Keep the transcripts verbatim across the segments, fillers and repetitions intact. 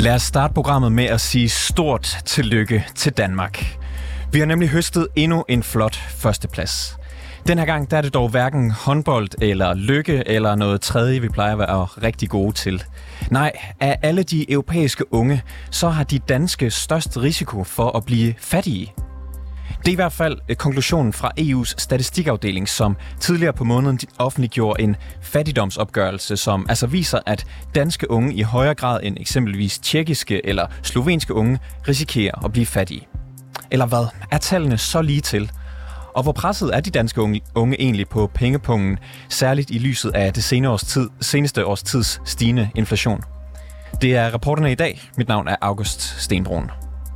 Lad os starte programmet med at sige stort tillykke til Danmark. Vi har nemlig høstet endnu en flot førsteplads. Den her gang der er det dog hverken håndbold eller lykke eller noget tredje, vi plejer at være rigtig gode til. Nej, af alle de europæiske unge, så har de danske størst risiko for at blive fattige. Det er i hvert fald konklusionen fra E U's statistikafdeling, som tidligere på måneden offentliggjorde en fattigdomsopgørelse, som altså viser, at danske unge i højere grad end eksempelvis tjekkiske eller slovenske unge risikerer at blive fattige. Eller hvad? Er tallene så lige til? Og hvor presset er de danske unge, unge egentlig på pengepungen, særligt i lyset af det senere års tid, seneste års tids stigende inflation? Det er reporterne i dag. Mit navn er August Stenbrun.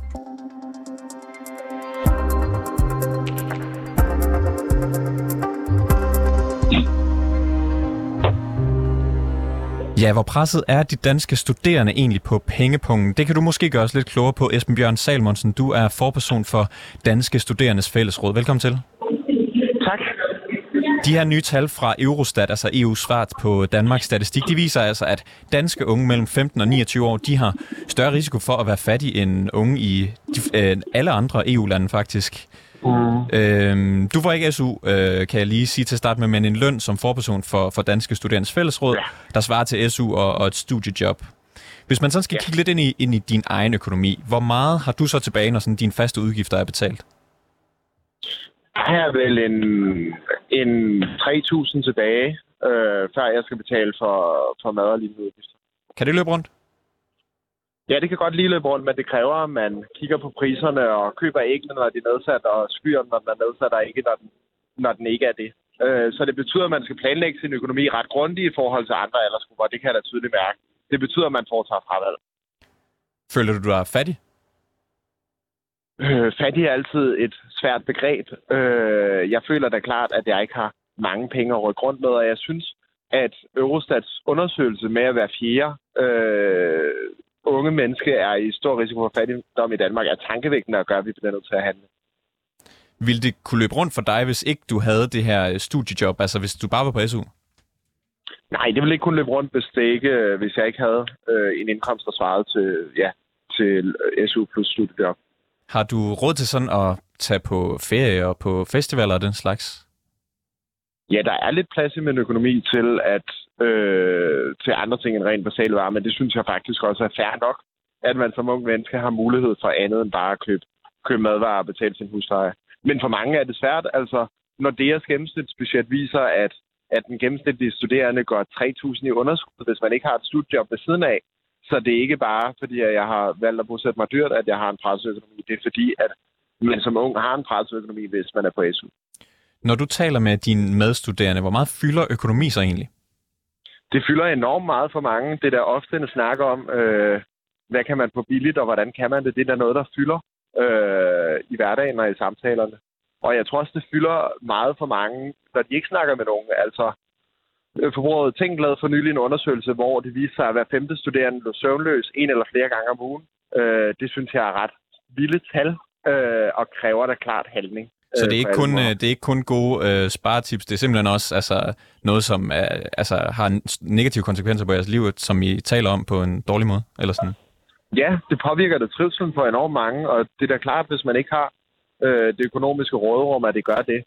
Ja, hvor presset er de danske studerende egentlig på pengepungen? Det kan du måske gøre os lidt klogere på, Esben Bjørn Salmonsen. Du er forperson for Danske Studerendes Fællesråd. Velkommen til. Tak. De her nye tal fra Eurostat, altså E U's svar på Danmarks statistik, de viser altså, at danske unge mellem femten og niogtyve år, de har større risiko for at være fattige end unge i de, øh, alle andre E U-lande faktisk. Mm. Øhm, du får ikke S U, øh, kan jeg lige sige til at starte med, men en løn som forperson for, for Danske Studerendes Fællesråd, ja, der svarer til S U og, og et studiejob. Hvis man sådan skal ja. kigge lidt ind i, ind i din egen økonomi, hvor meget har du så tilbage, når sådan dine faste udgifter er betalt? Jeg har vel en, en tre tusind tilbage, øh, før jeg skal betale for, for mad og lignende udgifter. Kan det løbe rundt? Ja, det kan godt lige løbe rundt, men det kræver, at man kigger på priserne og køber æggene, når de er nedsat, og skyerne, når den er nedsat, og ikke, når den, når den ikke er det. Øh, så det betyder, at man skal planlægge sin økonomi ret grundigt i forhold til andre aldersgrupper. Det kan jeg da tydeligt mærke. Det betyder, at man foretager fravalg. Føler du, du er fattig? Øh, fattig er altid et svært begreb. Øh, jeg føler da klart, at jeg ikke har mange penge at rykke rundt med, og jeg synes, at Eurostats undersøgelse med at være fjerde øh, unge menneske er i stor risiko for fattigdom i Danmark, er tankevækkende at gøre, at vi bliver nødt til at handle. Ville det kunne løbe rundt for dig, hvis ikke du havde det her studiejob, altså hvis du bare var på S U? Nej, det ville ikke kunne løbe rundt, hvis, det ikke, hvis jeg ikke havde øh, en indkomst, der svarede til, ja, til S U plus studiejob. Har du råd til sådan at tage på ferie og på festivaler og den slags? Ja, der er lidt plads i min økonomi til at øh, til andre ting end rent basale varer, men det synes jeg faktisk også er fair nok, at man som ung menneske har mulighed for andet end bare at købe, købe madvarer og betale sin husleje. Men for mange er det svært, altså når D R's gennemsnitsbudget viser, at, at den gennemsnitlige studerende går tre tusind i underskud, hvis man ikke har et studiejob ved siden af, så det er ikke bare, fordi jeg har valgt at bosætte mig dyrt, at jeg har en presseøkonomi. Det er fordi, at man som ung har en presseøkonomi, hvis man er på S U. Når du taler med dine medstuderende, hvor meget fylder økonomi så egentlig? Det fylder enormt meget for mange. Det der ofte en snak om, øh, hvad kan man få billigt, og hvordan kan man det? Det er der noget, der fylder øh, i hverdagen og i samtalerne. Og jeg tror også, det fylder meget for mange, når de ikke snakker med nogen. Altså, Forbrugerrådet Tænk lavede for nylig en undersøgelse, hvor det viser sig, at hver femte studerende blev søvnløs en eller flere gange om ugen. Øh, det synes jeg er ret vilde tal, øh, og kræver da klart handling. Så det er ikke kun, det er ikke kun gode øh, sparetips, det er simpelthen også altså, noget, som er, altså, har negative konsekvenser på jeres liv, som I taler om på en dårlig måde? Eller sådan? Ja, det påvirker det trivselen for enormt mange, og det er da klart, hvis man ikke har øh, det økonomiske råderum, at det gør det.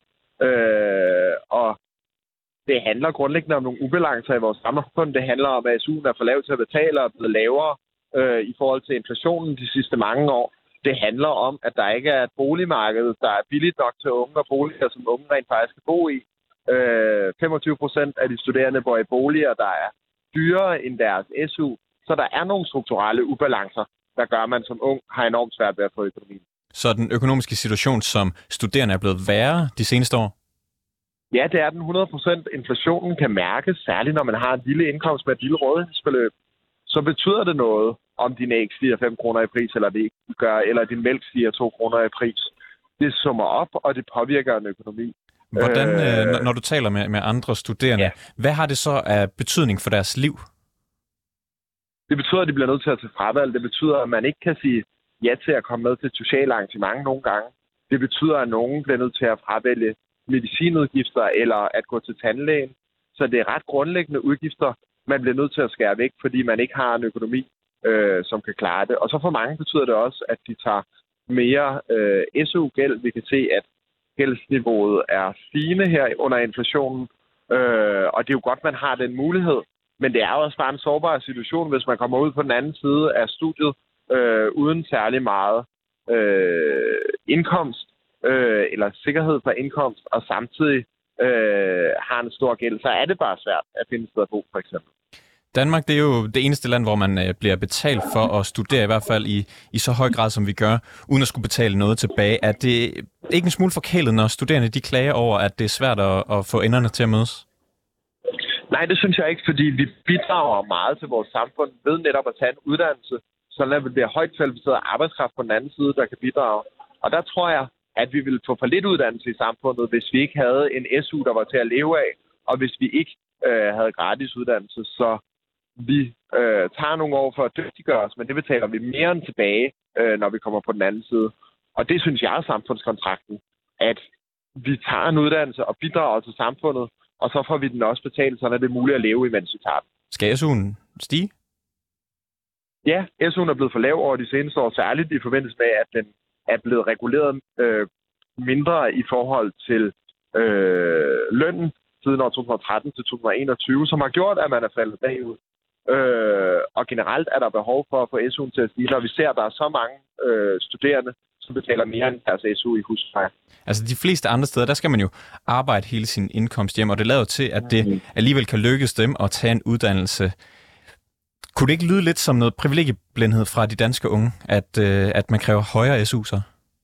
Øh, og det handler grundlæggende om nogle ubalancer i vores samfund. Det handler om, at S U'en er for lav til at betale og er blevet lavere øh, i forhold til inflationen de sidste mange år. Det handler om, at der ikke er et boligmarked, der er billigt nok til unge og boliger, som unge rent faktisk skal bo i. Øh, femogtyve procent af de studerende bor i boliger, der er dyrere end deres S U. Så der er nogle strukturelle ubalancer, der gør, at man som ung har enormt svært ved at få økonomien. Så den økonomiske situation som studerende er blevet værre de seneste år? Ja, det er den hundrede procent. Inflationen kan mærkes, særligt når man har en lille indkomst med et lille rådighedsbeløb. Så betyder det noget, om din æg stiger fem kroner i pris, eller det ikke gør, eller din mælk stiger to kroner i pris. Det summer op, og det påvirker en økonomi. Hvordan, øh, når du taler med, med andre studerende, ja. Hvad har det så af betydning for deres liv? Det betyder, at de bliver nødt til at tage fravalg. Det betyder, at man ikke kan sige ja til at komme med til et socialt arrangement nogle gange. Det betyder, at nogen bliver nødt til at fravælge medicinudgifter eller at gå til tandlægen. Så det er ret grundlæggende udgifter, man bliver nødt til at skære væk, fordi man ikke har en økonomi øh, som kan klare det. Og så for mange betyder det også, at de tager mere øh, S U-gæld. Vi kan se, at gældsniveauet er stigende her under inflationen, øh, og det er jo godt, man har den mulighed. Men det er jo også bare en sårbar situation, hvis man kommer ud på den anden side af studiet øh, uden særlig meget øh, indkomst øh, eller sikkerhed for indkomst, og samtidig øh, har en stor gæld, så er det bare svært at finde et sted at bo, for eksempel. Danmark, det er jo det eneste land, hvor man øh, bliver betalt for at studere, i hvert fald i, i så høj grad, som vi gør, uden at skulle betale noget tilbage. Er det ikke en smule forkælet, når studerende de klager over, at det er svært at, at få enderne til at mødes? Nej, det synes jeg ikke, fordi vi bidrager meget til vores samfund ved netop at tage en uddannelse, så at vi bliver højt kvalificeret arbejdskraft på den anden side, der kan bidrage. Og der tror jeg, at vi ville få for lidt uddannelse i samfundet, hvis vi ikke havde en S U, der var til at leve af, og hvis vi ikke øh, havde gratis uddannelse. Så vi øh, tager nogle år for at dygtiggøre os, men det betaler vi mere end tilbage, øh, når vi kommer på den anden side. Og det synes jeg er samfundskontrakten, at vi tager en uddannelse og bidrager til samfundet, og så får vi den også betalt, så er det muligt at leve, imens vi tager den. Skal S U'en stige? Ja, S U'en er blevet for lav over de seneste år, særligt i forbindelse med, at den er blevet reguleret øh, mindre i forhold til øh, lønnen siden år to tusind og tretten til to tusind og enogtyve, som har gjort, at man er faldet bagud. Øh, og generelt er der behov for at få S U'en til at stige, når vi ser, at der er så mange øh, studerende, som betaler mere end deres S U i husleje. Altså de fleste andre steder, der skal man jo arbejde hele sin indkomst hjem, og det lader til, at det alligevel kan lykkes dem at tage en uddannelse. Kunne det ikke lyde lidt som noget privilegieblindhed fra de danske unge, at, øh, at man kræver højere S U så?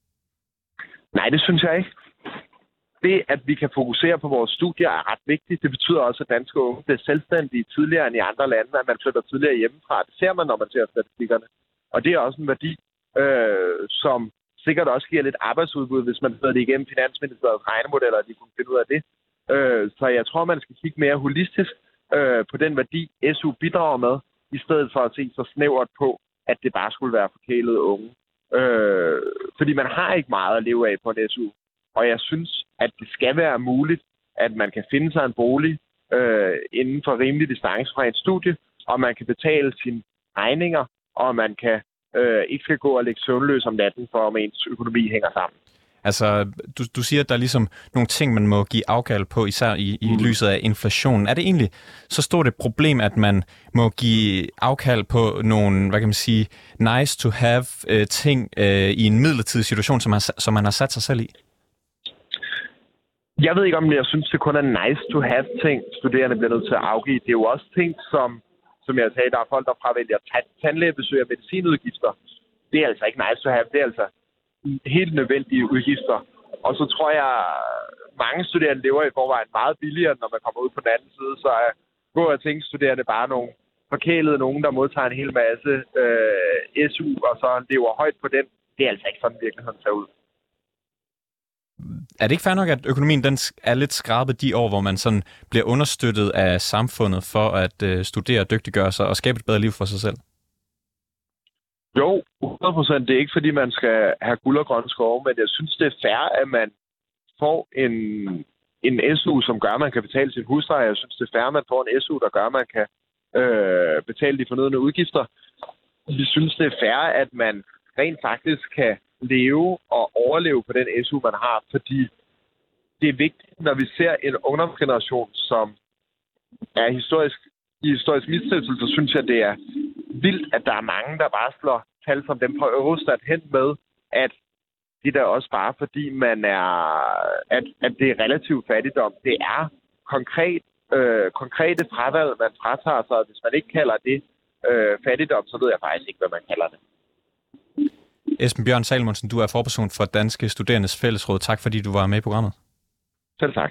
Nej, det synes jeg ikke. Det, at vi kan fokusere på vores studier, er ret vigtigt. Det betyder også, at danske unge bliver selvstændige tidligere end i andre lande, at man flytter tidligere hjemmefra. Det ser man, når man ser statistikkerne. Og det er også en værdi, øh, som sikkert også giver lidt arbejdsudbud, hvis man sidder det igennem Finansministeriets regnemodeller, og de kunne finde ud af det. Øh, så jeg tror, man skal kigge mere holistisk øh, på den værdi, S U bidrager med, i stedet for at se så snævert på, at det bare skulle være forkælede unge. Øh, fordi man har ikke meget at leve af på en S U. Og jeg synes, at det skal være muligt, at man kan finde sig en bolig øh, inden for rimelig distance fra et studie, og man kan betale sine regninger, og man kan øh, ikke skal gå og lægge søvnløs om natten, for om ens økonomi hænger sammen. Altså, du, du siger, at der er ligesom nogle ting, man må give afkald på, især i, i lyset af inflationen. Er det egentlig så stort et problem, at man må give afkald på nogle, hvad kan man sige, nice to have øh, ting øh, i en midlertidig situation, som, har, som man har sat sig selv i? Jeg ved ikke, om jeg synes, det kun er nice to have ting, studerende bliver nødt til at afgive. Det er jo også ting, som, som jeg sagde, der er folk, der fravælger tandlægebesøg og medicinudgifter. Det er altså ikke nice to have. Det er altså helt nødvendige udgifter. Og så tror jeg, mange studerende lever i forvejen meget billigere, når man kommer ud på den anden side. Så er gå og tænke studerende bare nogle forkælede nogen, der modtager en hel masse øh, S U, og så lever højt på den. Det er altså ikke sådan, virkeligheden ser ud. Er det ikke fair nok, at økonomien den er lidt skrabet de år, hvor man sådan bliver understøttet af samfundet for at øh, studere og dygtiggøre sig og skabe et bedre liv for sig selv? Jo, hundrede procent. Det er ikke, fordi man skal have guld og grønne skove, men jeg synes, det er fair, at man får en, en S U, som gør, at man kan betale sin husleje. Jeg synes, det er fair, at man får en S U, der gør, at man kan øh, betale de fornødne udgifter. Vi synes, det er fair, at man rent faktisk kan leve og overleve på den S U, man har, fordi det er vigtigt, når vi ser en ungdomsgeneration, som er historisk, i historisk mistrivsel, så synes jeg, det er vildt, at der er mange, der bare slår tal som dem fra Eurostat hen med, at det der også bare, fordi man er, at, at det er relativt fattigdom. Det er konkret, øh, konkrete fravalg, man fratager sig, og hvis man ikke kalder det øh, fattigdom, så ved jeg faktisk ikke, hvad man kalder det. Esben Bjørn Salmonsen, du er forperson for Danske Studerendes Fællesråd. Tak fordi du var med i programmet. Selv tak.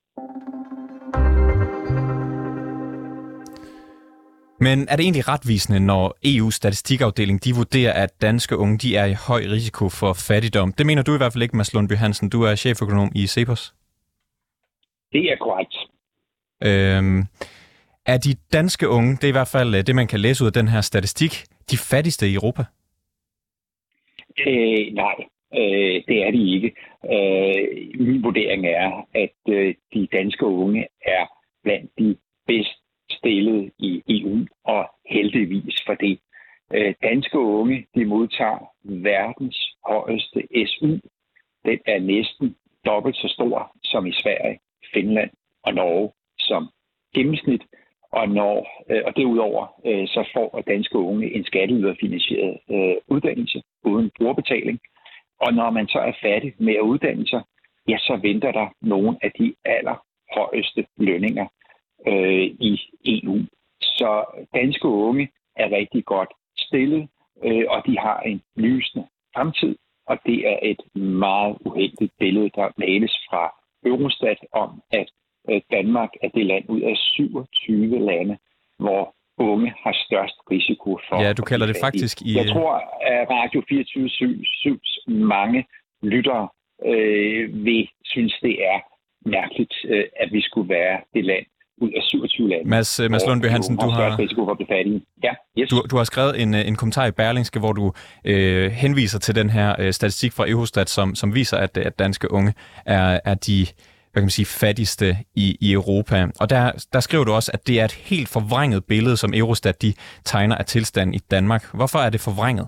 Men er det egentlig retvisende, når E U's statistikafdeling de vurderer, at danske unge de er i høj risiko for fattigdom? Det mener du i hvert fald ikke, Mads Lundby Hansen. Du er cheføkonom i CEPOS. Det er korrekt. Øhm, er de danske unge, det er i hvert fald det, man kan læse ud af den her statistik, de fattigste i Europa? Øh, nej, øh, det er de ikke. Øh, min vurdering er, at øh, de danske unge er blandt de bedst stillede i E U, og heldigvis for det. Øh, danske unge, de modtager verdens højeste S U. Den er næsten dobbelt så stor som i Sverige, Finland og Norge som gennemsnit. Og, når, øh, og derudover øh, så får danske unge en skatteyderfinansieret øh, uddannelse uden brugerbetaling. Og når man så er færdig med at uddanne sig, ja, så venter der nogle af de allerhøjeste lønninger øh, i E U. Så danske unge er rigtig godt stillet, øh, og de har en lysende fremtid. Og det er et meget uheldigt billede, der males fra Eurostat om, at øh, Danmark er det land ud af syvogtyve lande, hvor unge har størst risiko for. Ja, du kalder det faktisk i... Jeg tror, at Radio fireogtyve syv mange lyttere øh, vil synes, det er mærkeligt, øh, at vi skulle være det land ud af syvogtyve lande. Mads, Mads Lundby Hansen, du har, risiko for at blive fattige. Ja, yes. du, du har skrevet en, en kommentar i Berlingske, hvor du øh, henviser til den her øh, statistik fra Eurostat, som, som viser, at, at danske unge er, er de hvad kan man sige, fattigste i, i Europa. Og der, der skriver du også, at det er et helt forvrænget billede, som Eurostat de tegner af tilstanden i Danmark. Hvorfor er det forvrænget?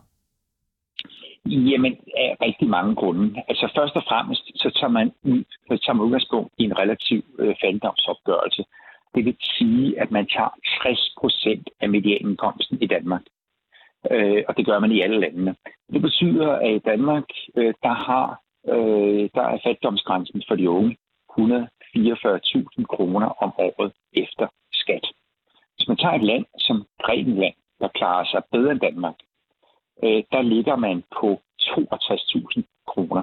Jamen, af rigtig mange grunde. Altså først og fremmest, så tager man, så tager man udgangspunkt i en relativ øh, fattigdomsopgørelse. Det vil sige, at man tager tres procent af medianindkomsten i Danmark. Øh, og det gør man i alle landene. Det betyder, at i Danmark, øh, der, har, øh, der er fattigdomsgrænsen for de unge et hundrede og fireogfyrre tusind kroner om året efter skat. Hvis man tager et land som Grækenland, der klarer sig bedre end Danmark, øh, der ligger man på toogtres tusind kroner.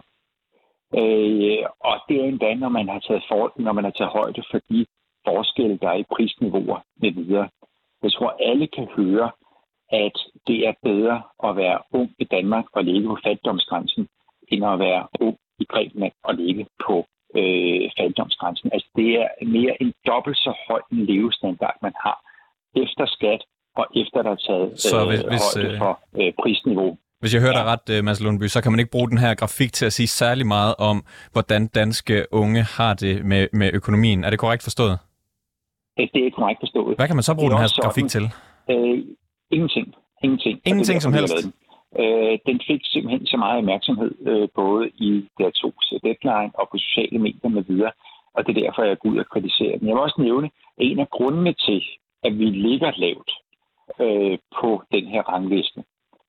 Øh, og det er endda, når man har taget, for, når man har taget højde for de forskelle, der er i prisniveauer med videre. Jeg tror, alle kan høre, at det er bedre at være ung i Danmark og ligge på fattigdomsgrænsen, end at være ung i Grækenland og ligge på øh, fattigdomsgrænsen. Altså det er mere en dobbelt så høj en levestandard, man har efter skat og efter der er taget øh, så hvis, højde for øh, prisniveau. Hvis jeg hører dig ret, Mads Lundby, så kan man ikke bruge den her grafik til at sige særlig meget om, hvordan danske unge har det med, med økonomien. Er det korrekt forstået? Det er korrekt forstået. Hvad kan man så bruge den her sådan, grafik til? Øh, ingenting. Ingenting. Ingenting som helst? Den. Øh, den fik simpelthen så meget opmærksomhed, øh, både i D R to's deadline og på sociale medier med videre. Og det er derfor, jeg går ud og kritiserer den. Jeg vil også nævne, at en af grundene til, at vi ligger lavt øh, på den her rangliste,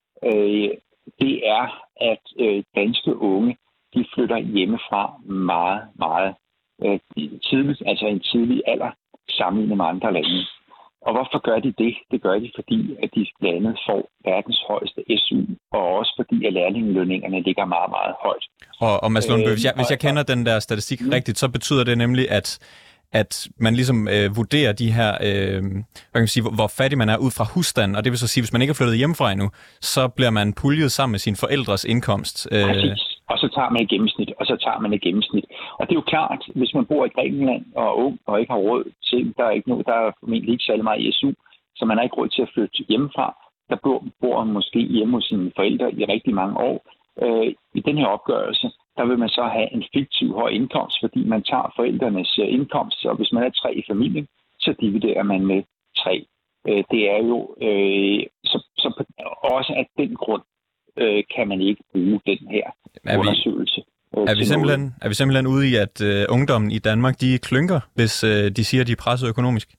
øh, det er, at øh, danske unge, de flytter hjemmefra meget, meget øh, tidligt, altså en tidlig alder, sammenlignet med andre lande. Og hvorfor gør de det? Det gør de, fordi at de lande får verdens højeste S U, og også fordi at lærlingelønningerne ligger meget, meget højt. Og, og Mads Lundby, hvis jeg, hvis jeg kender den der statistik mm. rigtigt, så betyder det nemlig, at at man ligesom øh, vurderer de her, øh, hvad kan man sige, hvor, hvor fattig man er ud fra husstanden, og det vil så sige, hvis man ikke er flyttet hjemmefra endnu, så bliver man puljet sammen med sine forældres indkomst. Øh. Præcis. Og så tager man et gennemsnit, og så tager man et gennemsnit. Og det er jo klart, hvis man bor i Grækenland og er ung og ikke har råd til, der er ikke noget, der er formentlig ikke særlig meget i S U, så man har ikke råd til at flytte hjemmefra. Der bor, bor man måske hjemme hos sine forældre i rigtig mange år. Øh, I den her opgørelse, der vil man så have en fiktiv høj indkomst, fordi man tager forældrenes indkomst, og hvis man er tre i familien, så dividerer man med tre. Øh, det er jo øh, så, så også af den grund øh, kan man ikke bruge den her er vi, undersøgelse. Øh, er, vi simpelthen, er vi simpelthen ude i, at øh, ungdommen i Danmark, de klynker, hvis øh, de siger, at de er presset økonomisk?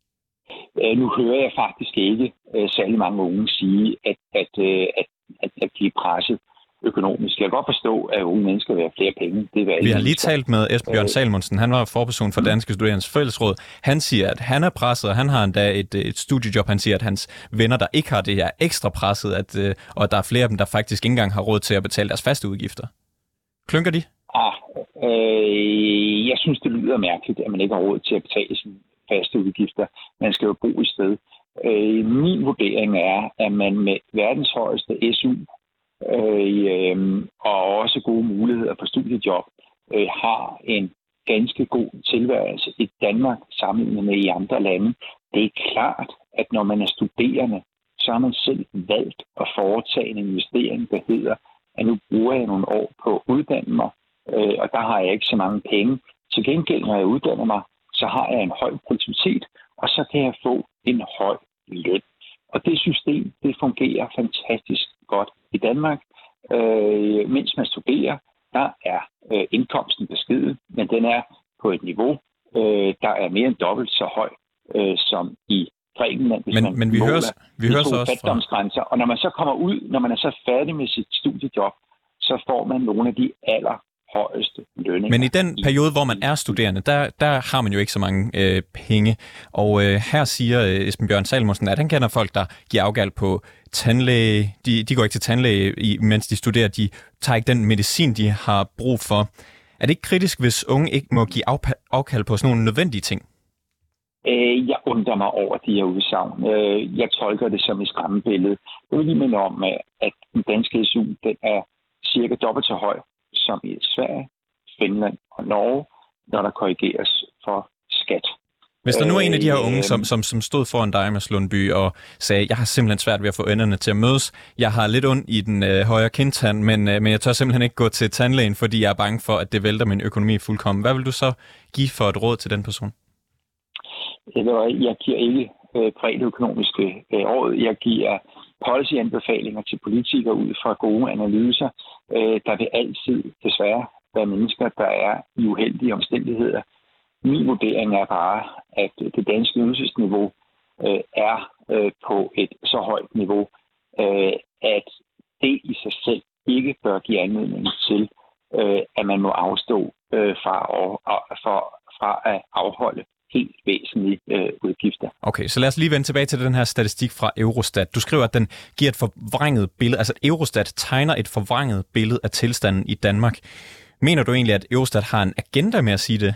Øh, nu hører jeg faktisk ikke øh, særlig mange unge sige, at, at, øh, at, at, at de er presset økonomisk. Jeg kan godt forstå, at unge mennesker vil have flere penge. Det Vi har lige talt med Esbjørn Salmonsen. Han var forperson for Danske Studerendes Fællesråd. Han siger, at han er presset, og han har endda et, et studiejob. Han siger, at hans venner, der ikke har det, er ekstra presset, at, og der er flere af dem, der faktisk ikke engang har råd til at betale deres faste udgifter. Klynker de? Ah, øh, jeg synes, det lyder mærkeligt, at man ikke har råd til at betale sine faste udgifter. Man skal jo bo i sted. Øh, min vurdering er, at man med verdens højeste S U Øh, og også gode muligheder for studiejob, øh, har en ganske god tilværelse i Danmark sammenlignet med i andre lande. Det er klart, at når man er studerende, så har man selv valgt at foretage en investering, der hedder, at nu bruger jeg nogle år på at uddanne mig, øh, og der har jeg ikke så mange penge. Til gengæld, når jeg uddanner mig, så har jeg en høj produktivitet, og så kan jeg få en høj løn. Og det system, det fungerer fungerer fantastisk godt i Danmark. Øh, mens man studerer, der er øh, indkomsten beskeden, men den er på et niveau, øh, der er mere end dobbelt så høj øh, som i Grækenland, hvis men, man men vi måler hører, vi hører så også fattigdomsgrænser. Og når man så kommer ud, når man er så færdig med sit studiejob, så får man nogle af de allerhøjeste lønninger. Men i den periode, hvor man er studerende, der, der har man jo ikke så mange øh, penge. Og øh, her siger øh, Esben Bjørn Salmonsen, at han kender folk, der giver afgald på tandlæge. De, de går ikke til tandlæge, mens de studerer. De tager ikke den medicin, de har brug for. Er det ikke kritisk, hvis unge ikke må give afkald på sådan nogle nødvendige ting? Jeg undrer mig over de her udsagn. Jeg tolker det som et skræmmebillede. Jeg vil lige minde om, at den danske S U den er cirka dobbelt så høj som i Sverige, Finland og Norge, når der korrigeres for skat. Hvis der nu er en af de her unge, som, som, som stod foran dig, Mads Lundby, og sagde, jeg har simpelthen svært ved at få enderne til at mødes. Jeg har lidt ondt i den øh, højre kindtand, men, øh, men jeg tør simpelthen ikke gå til tandlægen, fordi jeg er bange for, at det vælter min økonomi fuldkommen. Hvad vil du så give for et råd til den person? Jeg giver ikke øh, bredt økonomiske øh, råd. Jeg giver policy-anbefalinger til politikere ud fra gode analyser. Øh, der vil altid desværre være mennesker, der er i uheldige omstændigheder. Min vurdering er bare, at det danske ydelsesniveau øh, er øh, på et så højt niveau, øh, at det i sig selv ikke bør give anledning til, øh, at man må afstå øh, fra, at, for, fra at afholde helt væsentlige øh, udgifter. Okay, så lad os lige vende tilbage til den her statistik fra Eurostat. Du skriver, at den giver et forvrænget billede, altså Eurostat tegner et forvrænget billede af tilstanden i Danmark. Mener du egentlig, at Eurostat har en agenda med at sige det?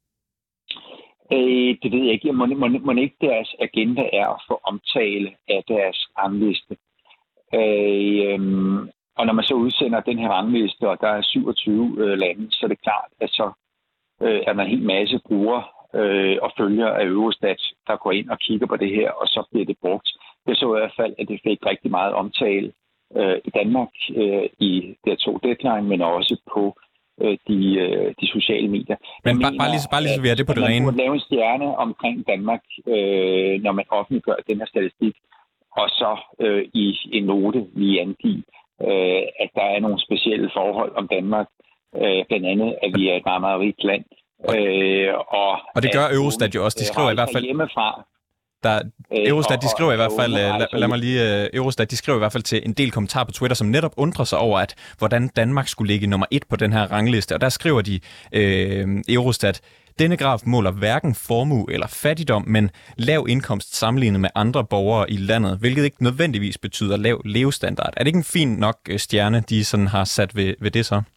Øh, det ved jeg ikke. Må, må, må ikke deres agenda er at få omtale af deres rangliste. Øh, øhm, og når man så udsender den her rangliste, og der er syvogtyve øh, lande, så er det klart, at så øh, er der en hel masse brugere øh, og følgere af Eurostat, der går ind og kigger på det her, og så bliver det brugt. Jeg så i hvert fald, at det fik rigtig meget omtale øh, i Danmark øh, i D R to Deadline, men også på De, de sociale medier. Men mener, bare lige, bare lige så vi er det på det rene. Man burde lave en stjerne omkring Danmark, øh, når man offentliggør den her statistik, og så øh, i en note lige angive, øh, at der er nogle specielle forhold om Danmark, øh, blandt andet, at vi er et meget, meget rigt land. Øh, og, og det gør Eurostat jo også. De skriver i hvert fald hjemmefra. Der, Eurostat, de skriver i hvert fald, lad, lad mig lige, Eurostat, de skriver i hvert fald til en del kommentarer på Twitter, som netop undrer sig over, at hvordan Danmark skulle ligge nummer et på den her rangliste. Og der skriver de, øh, Eurostat, denne graf måler hverken formue eller fattigdom, men lav indkomst sammenlignet med andre borgere i landet, hvilket ikke nødvendigvis betyder lav levestandard. Er det ikke en fin nok stjerne, de sådan har sat ved, ved det så?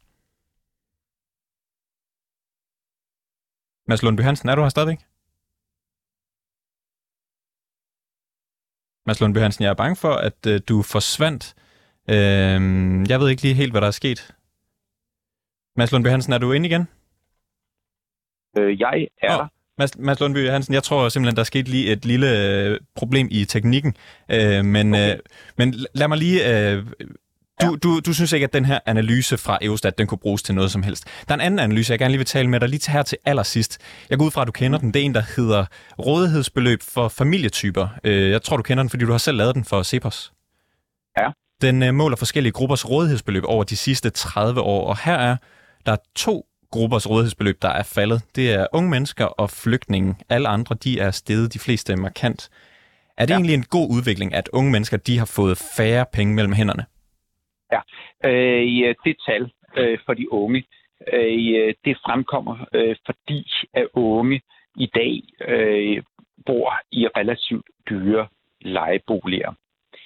Mads Lundby Hansen, er du her stadigvæk? Mads Lundby Hansen, jeg er bange for, at øh, du forsvandt. Øh, jeg ved ikke lige helt, hvad der er sket. Mads Lundby Hansen, er du inde igen? Øh, jeg er oh, Mads, Mads Lundby Hansen, jeg tror simpelthen, der skete lige et lille øh, problem i teknikken. Øh, men, okay. øh, men lad mig lige... Øh, Du, ja. du, du synes ikke, at den her analyse fra Eurostat, den kunne bruges til noget som helst. Der er en anden analyse, jeg gerne lige vil tale med dig lige her til allersidst. Jeg går ud fra, at du kender den. Det er en, der hedder rådighedsbeløb for familietyper. Jeg tror, du kender den, fordi du har selv lavet den for Cepos. Ja. Den måler forskellige gruppers rådighedsbeløb over de sidste tredive år, og her er der to gruppers rådighedsbeløb, der er faldet. Det er unge mennesker og flygtninge. Alle andre, de er steget, de fleste markant. Er det ja. egentlig en god udvikling, at unge mennesker, de har fået færre penge mellem hænderne? Ja, øh, det tal øh, for de unge, øh, det fremkommer, øh, fordi at unge i dag øh, bor i relativt dyre lejeboliger.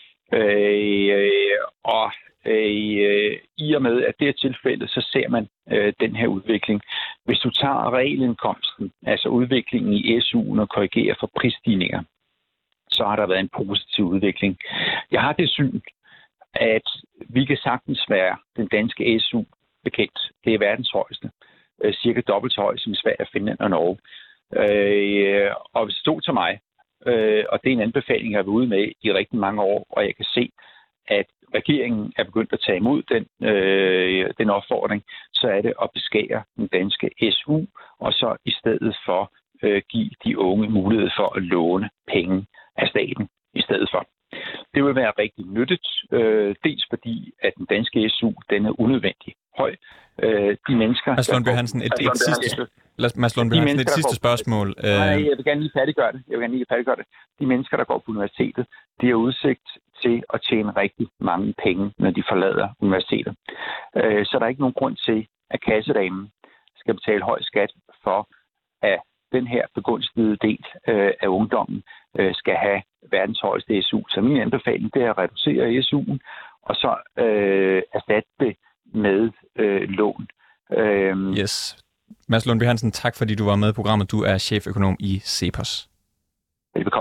Øh, og øh, i og med, at det er tilfældet, så ser man øh, den her udvikling. Hvis du tager regelindkomsten, altså udviklingen i S U'en og korrigerer for prisstigninger, så har der været en positiv udvikling. Jeg har det syn, at vi kan sagtens være den danske S U bekendt. Det er verdens højeste. Øh, cirka dobbelt så høj som Sverige, Finland og Norge. Øh, og hvis det stod til mig, øh, og det er en anbefaling, jeg har været ude med i rigtig mange år, og jeg kan se, at regeringen er begyndt at tage imod den, øh, den opfordring, så er det at beskære den danske S U, og så i stedet for øh, give de unge mulighed for at låne penge af staten i stedet for. Det vil være rigtig nyttigt, øh, dels fordi, at den danske S U, den er unødvendig høj. Øh, de mennesker... Mads Lundby Hansen, et, et sidste, Mads Lundby Hansen, et sidste spørgsmål. Nej, jeg vil gerne lige færdiggøre det. Jeg vil gerne lige færdiggøre det. De mennesker, der går på universitetet, de har udsigt til at tjene rigtig mange penge, når de forlader universitetet. Øh, så der er ikke nogen grund til, at kassedamen skal betale høj skat for, at den her begunstigede del øh, af ungdommen øh, skal have verdens højeste S U. Så min anbefaling, det er at reducere S U'en, og så øh, erstatte det med øh, lån. Øh, yes. Mads Lundby Hansen, tak fordi du var med i programmet. Du er cheføkonom i CEPOS. Velbekomme.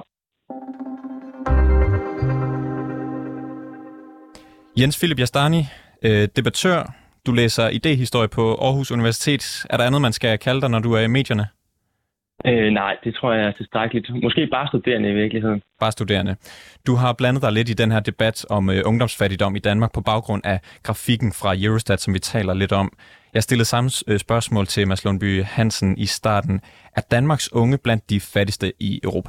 Jens Philip Jastani, øh, debattør. Du læser idéhistorie på Aarhus Universitet. Er der andet, man skal kalde dig, når du er i medierne? Øh, nej, det tror jeg er tilstrækkeligt. Måske bare studerende i virkeligheden. Bare studerende. Du har blandet dig lidt i den her debat om øh, ungdomsfattigdom i Danmark på baggrund af grafikken fra Eurostat, som vi taler lidt om. Jeg stillede samme øh, spørgsmål til Mads Lundby Hansen i starten. Er Danmarks unge blandt de fattigste i Europa?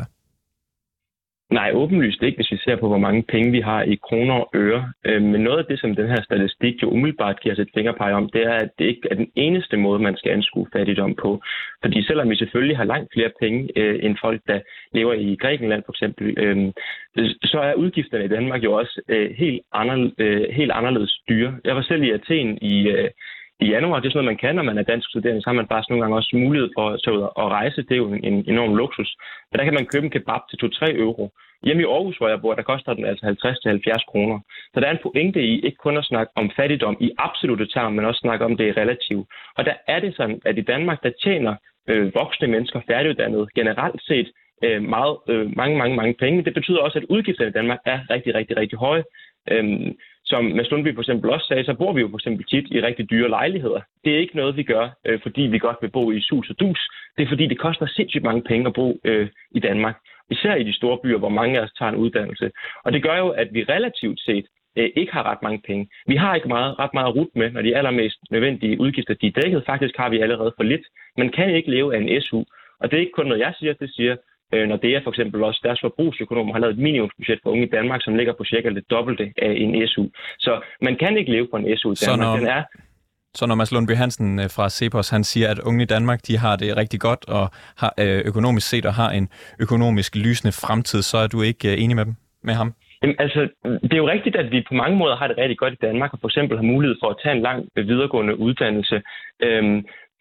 Nej, åbenlyst ikke, hvis vi ser på, hvor mange penge vi har i kroner og øre. Men noget af det, som den her statistik jo umiddelbart giver os et fingerpege om, det er, at det ikke er den eneste måde, man skal anskue fattigdom på. Fordi selvom vi selvfølgelig har langt flere penge øh, end folk, der lever i Grækenland for eksempel, øh, så er udgifterne i Danmark jo også øh, helt, anderledes, øh, helt anderledes dyre. Jeg var selv i Athen i... Øh, I januar, det er sådan noget, man kan, når man er dansk studerende, så har man faktisk nogle gange også mulighed for at tage ud og rejse. Det er jo en enorm luksus. Men der kan man købe en kebab til to til tre euro. Hjemme i Aarhus, hvor jeg bor, der koster den altså halvtreds til halvfjerds kroner. Så der er en pointe i ikke kun at snakke om fattigdom i absolutte termer, men også snakke om det relativt. Og der er det sådan, at i Danmark, der tjener øh, voksne mennesker færdiguddannede generelt set øh, meget, øh, mange, mange, mange penge. Det betyder også, at udgifterne i Danmark er rigtig, rigtig, rigtig høje. Øhm, Som Mads Lundby for eksempel også sagde, så bor vi jo for eksempel tit i rigtig dyre lejligheder. Det er ikke noget, vi gør, øh, fordi vi godt vil bo i sus og dus. Det er fordi, det koster sindssygt mange penge at bo øh, i Danmark. Især i de store byer, hvor mange af os tager en uddannelse. Og det gør jo, at vi relativt set øh, ikke har ret mange penge. Vi har ikke meget, ret meget rut med, når de allermest nødvendige udgifter de er dækket. Faktisk har vi allerede for lidt. Man kan ikke leve af en S U. Og det er ikke kun noget, jeg siger, det siger når det er for eksempel også deres forbrugsøkonomer har lavet et minimumsbudget for unge i Danmark, som ligger på cirka det dobbelte af en S U. Så man kan ikke leve på en S U i Danmark. Så når, Den er... så når Mads Lundby Hansen fra CEPOS, han siger, at unge i Danmark, de har det rigtig godt og har økonomisk set og har en økonomisk lysende fremtid, så er du ikke enig med dem, med ham? Jamen, altså, det er jo rigtigt, at vi på mange måder har det rigtig godt i Danmark, og for eksempel har mulighed for at tage en lang videregående uddannelse. Øhm,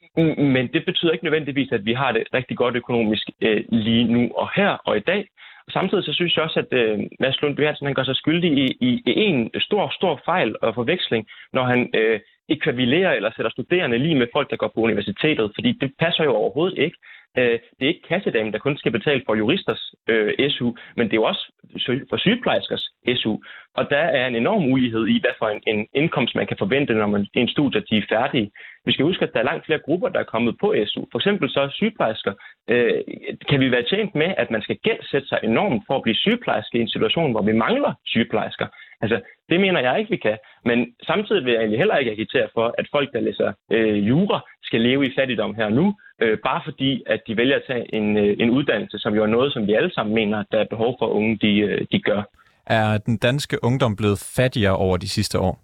Men det betyder ikke nødvendigvis, at vi har det rigtig godt økonomisk øh, lige nu og her og i dag. Og samtidig så synes jeg også, at øh, Mads Lundby Hansen han gør sig skyldig i, i, i en stor, stor fejl og forveksling, når han øh, ekvivalerer eller sætter studerende lige med folk, der går på universitetet. Fordi det passer jo overhovedet ikke. Øh, det er ikke kassedamen, der kun skal betale for juristers øh, S U, men det er jo også for sygeplejerskers S U. Og der er en enorm ulighed i, hvad for en, en indkomst man kan forvente, når man en studie de er færdige. Vi skal huske, at der er langt flere grupper, der er kommet på S U. For eksempel så sygeplejersker. Øh, kan vi være tjent med, at man skal gældsætte sig enormt for at blive sygeplejerske i en situation, hvor vi mangler sygeplejersker? Altså, det mener jeg ikke, vi kan. Men samtidig vil jeg egentlig heller ikke agitere for, at folk, der læser øh, jura, skal leve i fattigdom her nu, øh, bare fordi, at de vælger at tage en, øh, en uddannelse, som jo er noget, som vi alle sammen mener, at der er behov for unge, de, øh, de gør. Er den danske ungdom blevet fattigere over de sidste år?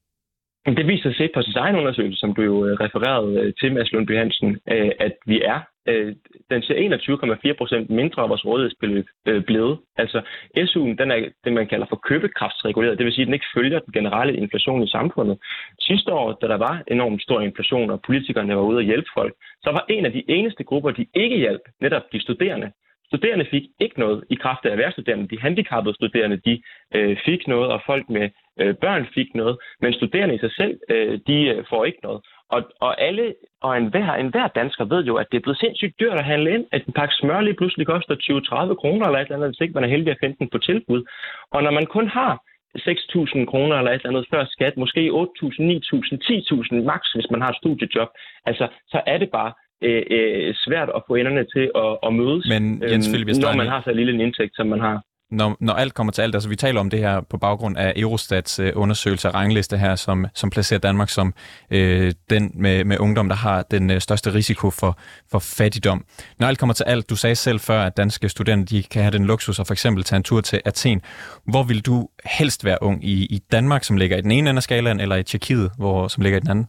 Det viser sig på sin egen undersøgelse, som du jo refererede til, Mads Lundby Hansen, at vi er. Den siger enogtyve komma fire procent mindre af vores rådighedsbeløb blevet. Altså S U'en, den er det, man kalder for købekraftsreguleret. Det vil sige, at den ikke følger den generelle inflation i samfundet. Sidste år, da der var enormt stor inflation, og politikerne var ude at hjælpe folk, så var en af de eneste grupper, de ikke hjalp, netop de studerende. Studerende fik ikke noget i kraft af erhvervsstuderende. De handicappede studerende, de øh, fik noget, og folk med øh, børn fik noget. Men studerende i sig selv, øh, de øh, får ikke noget. Og, og alle og enhver, enhver dansker ved jo, at det er blevet sindssygt dyrt at handle ind. At en pakke smør lige pludselig koster tyve til tredive kroner eller et eller andet, hvis ikke man er heldig at finde den på tilbud. Og når man kun har seks tusind kroner eller et eller andet før skat, måske otte tusind, ni tusind, ti tusind maks, hvis man har et studiejob, altså, så er det bare øh, øh, svært at få enderne til at, at mødes, Men, Jens Philip Jastani, når man har så lille en indtægt, som man har. når, når alt kommer til alt, altså vi taler om det her på baggrund af Eurostats øh, undersøgelse og rangliste her, som, som placerer Danmark som øh, den med, med ungdom, der har den øh, største risiko for, for fattigdom. Når alt kommer til alt, du sagde selv før, at danske studerende de kan have den luksus og for eksempel tage en tur til Athen. Hvor vil du helst være ung? I, i Danmark, som ligger i den ene ende af skalaen, eller i Tjekkiet, hvor, som ligger i den anden?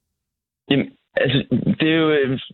Jamen, altså, det er jo...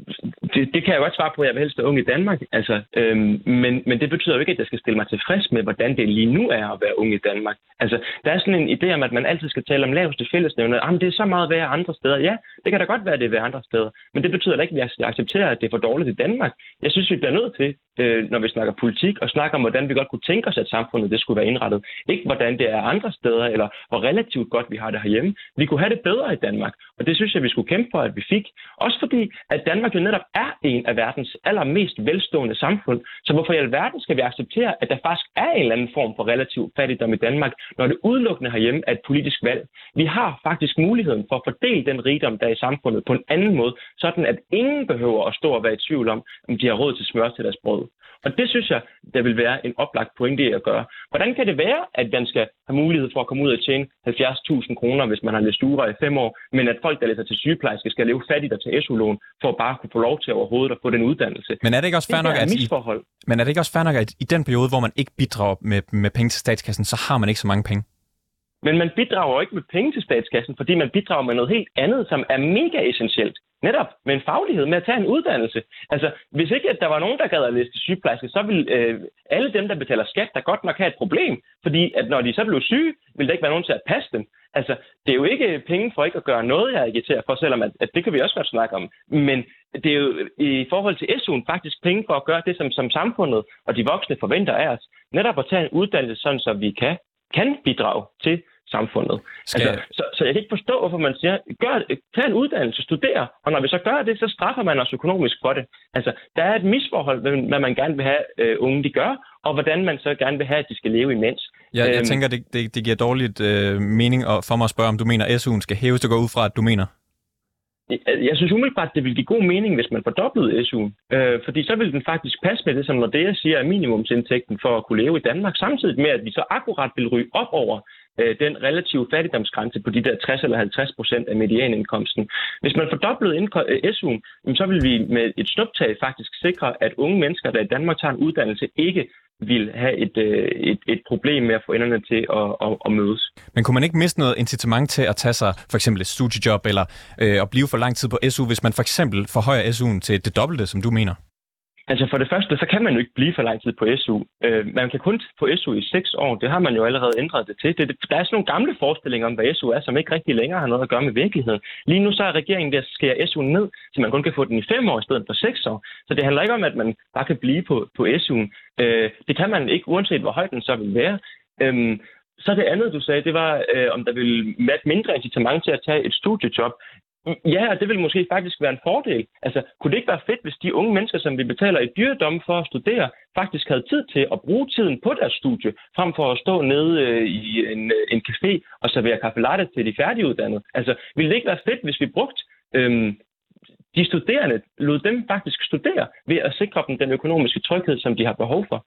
Det, det kan jeg godt svare på, at jeg vil helst være ung i Danmark. Altså, øhm, men, men det betyder jo ikke, at jeg skal stille mig tilfreds med, hvordan det lige nu er at være ung i Danmark. Altså, der er sådan en idé om, at man altid skal tale om laveste fællesnævner. Jamen, det er så meget værre andre steder. Ja, det kan da godt være, at det er værre andre steder. Men det betyder da ikke, at vi accepterer, at det er for dårligt i Danmark. Jeg synes, vi bliver nødt til, øh, når vi snakker politik, og snakker om, hvordan vi godt kunne tænke os, at samfundet det skulle være indrettet. Ikke hvordan det er andre steder, eller hvor relativt godt vi har det herhjemme. Vi kunne have det bedre i Danmark. Og det synes jeg, vi skulle kæmpe for, at vi fik. Også fordi, at Danmark jo netop er en af verdens allermest velstående samfund. Så hvorfor i alverden skal vi acceptere, at der faktisk er en eller anden form for relativ fattigdom i Danmark, når det udelukkende herhjemme er et politisk valg? Vi har faktisk muligheden for at fordele den rigdom, der er i samfundet på en anden måde, sådan at ingen behøver at stå og være i tvivl om, om de har råd til smør til deres brød. Og det synes jeg, der vil være en oplagt pointe at gøre. Hvordan kan det være, at man skal have mulighed for at komme ud og tjene halvfjerds tusind kroner, hvis man har læst jura i fem år, men at folk, der læser til sygeplejerske, skal leve fattigt og til S U-lån, for at bare kunne få lov til overhovedet at få den uddannelse? Men er det ikke også fair nok, at i, men er det ikke også fair nok, at i den periode, hvor man ikke bidrager med, med penge til statskassen, så har man ikke så mange penge? Men man bidrager ikke med penge til statskassen, fordi man bidrager med noget helt andet, som er mega essentielt. Netop med en faglighed, med at tage en uddannelse. Altså, hvis ikke at der var nogen, der gad at læse til sygeplejerske, så ville øh, alle dem, der betaler skat, der godt nok have et problem. Fordi at når de så blev syge, ville der ikke være nogen til at passe dem. Altså, det er jo ikke penge for ikke at gøre noget, jeg agiterer for, selvom at, at det kan vi også godt snakke om. Men det er jo i forhold til S U'en faktisk penge for at gøre det, som, som samfundet og de voksne forventer af os. Netop at tage en uddannelse, sådan så vi kan, kan bidrage til samfundet. Skal... Altså, så, så jeg kan ikke forstå, hvorfor man siger, gør, tag en uddannelse, studere, og når vi så gør det, så straffer man os økonomisk for det. Altså, der er et misforhold mellem, hvad man gerne vil have øh, unge, de gør, og hvordan man så gerne vil have, at de skal leve imens. Ja, jeg øhm, tænker, det, det, det giver dårligt øh, mening for mig at spørge, om du mener, at S U'en skal hæves, det går ud fra, at du mener. Jeg synes umiddelbart, det vil give god mening, hvis man fordoblede S U'en. Øh, fordi så vil den faktisk passe med det, som Nordea siger, er minimumsindtægten for at kunne leve i Danmark, samtidig med, at vi så akkurat vil ryge op over øh, den relative fattigdomsgrænse på de der tres eller halvtreds procent af medianindkomsten. Hvis man fordoblede indko- S U'en, så vil vi med et snuptag faktisk sikre, at unge mennesker, der i Danmark tager en uddannelse, ikke vil have et, et, et problem med at få enderne til at, at, at mødes. Men kunne man ikke miste noget incitament til at tage sig for eksempel et studiejob eller øh, at blive for lang tid på S U, hvis man for eksempel forhøjer S U'en til det dobbelte, som du mener? Altså for det første, så kan man jo ikke blive for lang tid på S U. Øh, man kan kun få S U i seks år. Det har man jo allerede ændret det til. Det, der er sådan nogle gamle forestillinger om, hvad S U er, som ikke rigtig længere har noget at gøre med virkeligheden. Lige nu så er regeringen der skærer S U'en ned, så man kun kan få den i fem år i stedet for seks år. Så det handler ikke om, at man bare kan blive på, på S U'en. Øh, det kan man ikke, uanset hvor højt den så vil være. Øh, så det andet, du sagde, det var, øh, om der vil være et mindre incitament til at tage et studiejob. Ja, og det vil måske faktisk være en fordel. Altså, kunne det ikke være fedt, hvis de unge mennesker, som vi betaler i dyredomme for at studere, faktisk havde tid til at bruge tiden på deres studie, frem for at stå nede øh, i en, en café og servere kaffe latte til de færdiguddannede? Altså, ville det ikke være fedt, hvis vi brugte øh, de studerende, lod dem faktisk studere ved at sikre dem den økonomiske tryghed, som de har behov for?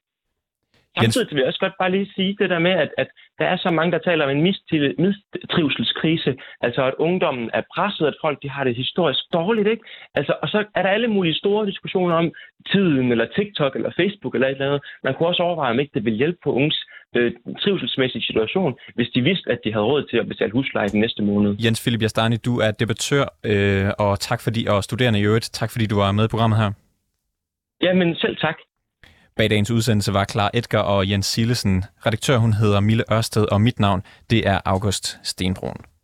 Samtidig vil jeg også godt bare lige sige det der med, at, at der er så mange, der taler om en mistrivselskrise, altså at ungdommen er presset, at folk de har det historisk dårligt, ikke? Altså, og så er der alle mulige store diskussioner om tiden, eller TikTok, eller Facebook, eller et eller andet. Man kunne også overveje, om ikke det ville hjælpe på unges øh, trivselsmæssige situation, hvis de vidste, at de havde råd til at betale husleje den næste måned. Jens Philip Jastani, du er debattør, øh, og tak fordi, og studerende i øvrigt, tak fordi du var med i programmet her. Jamen, selv tak. Bag dagens udsendelse var Clara Edgar og Jens Silesen. Redaktør, hun hedder Mille Ørsted, og mit navn, det er August Stenbroen.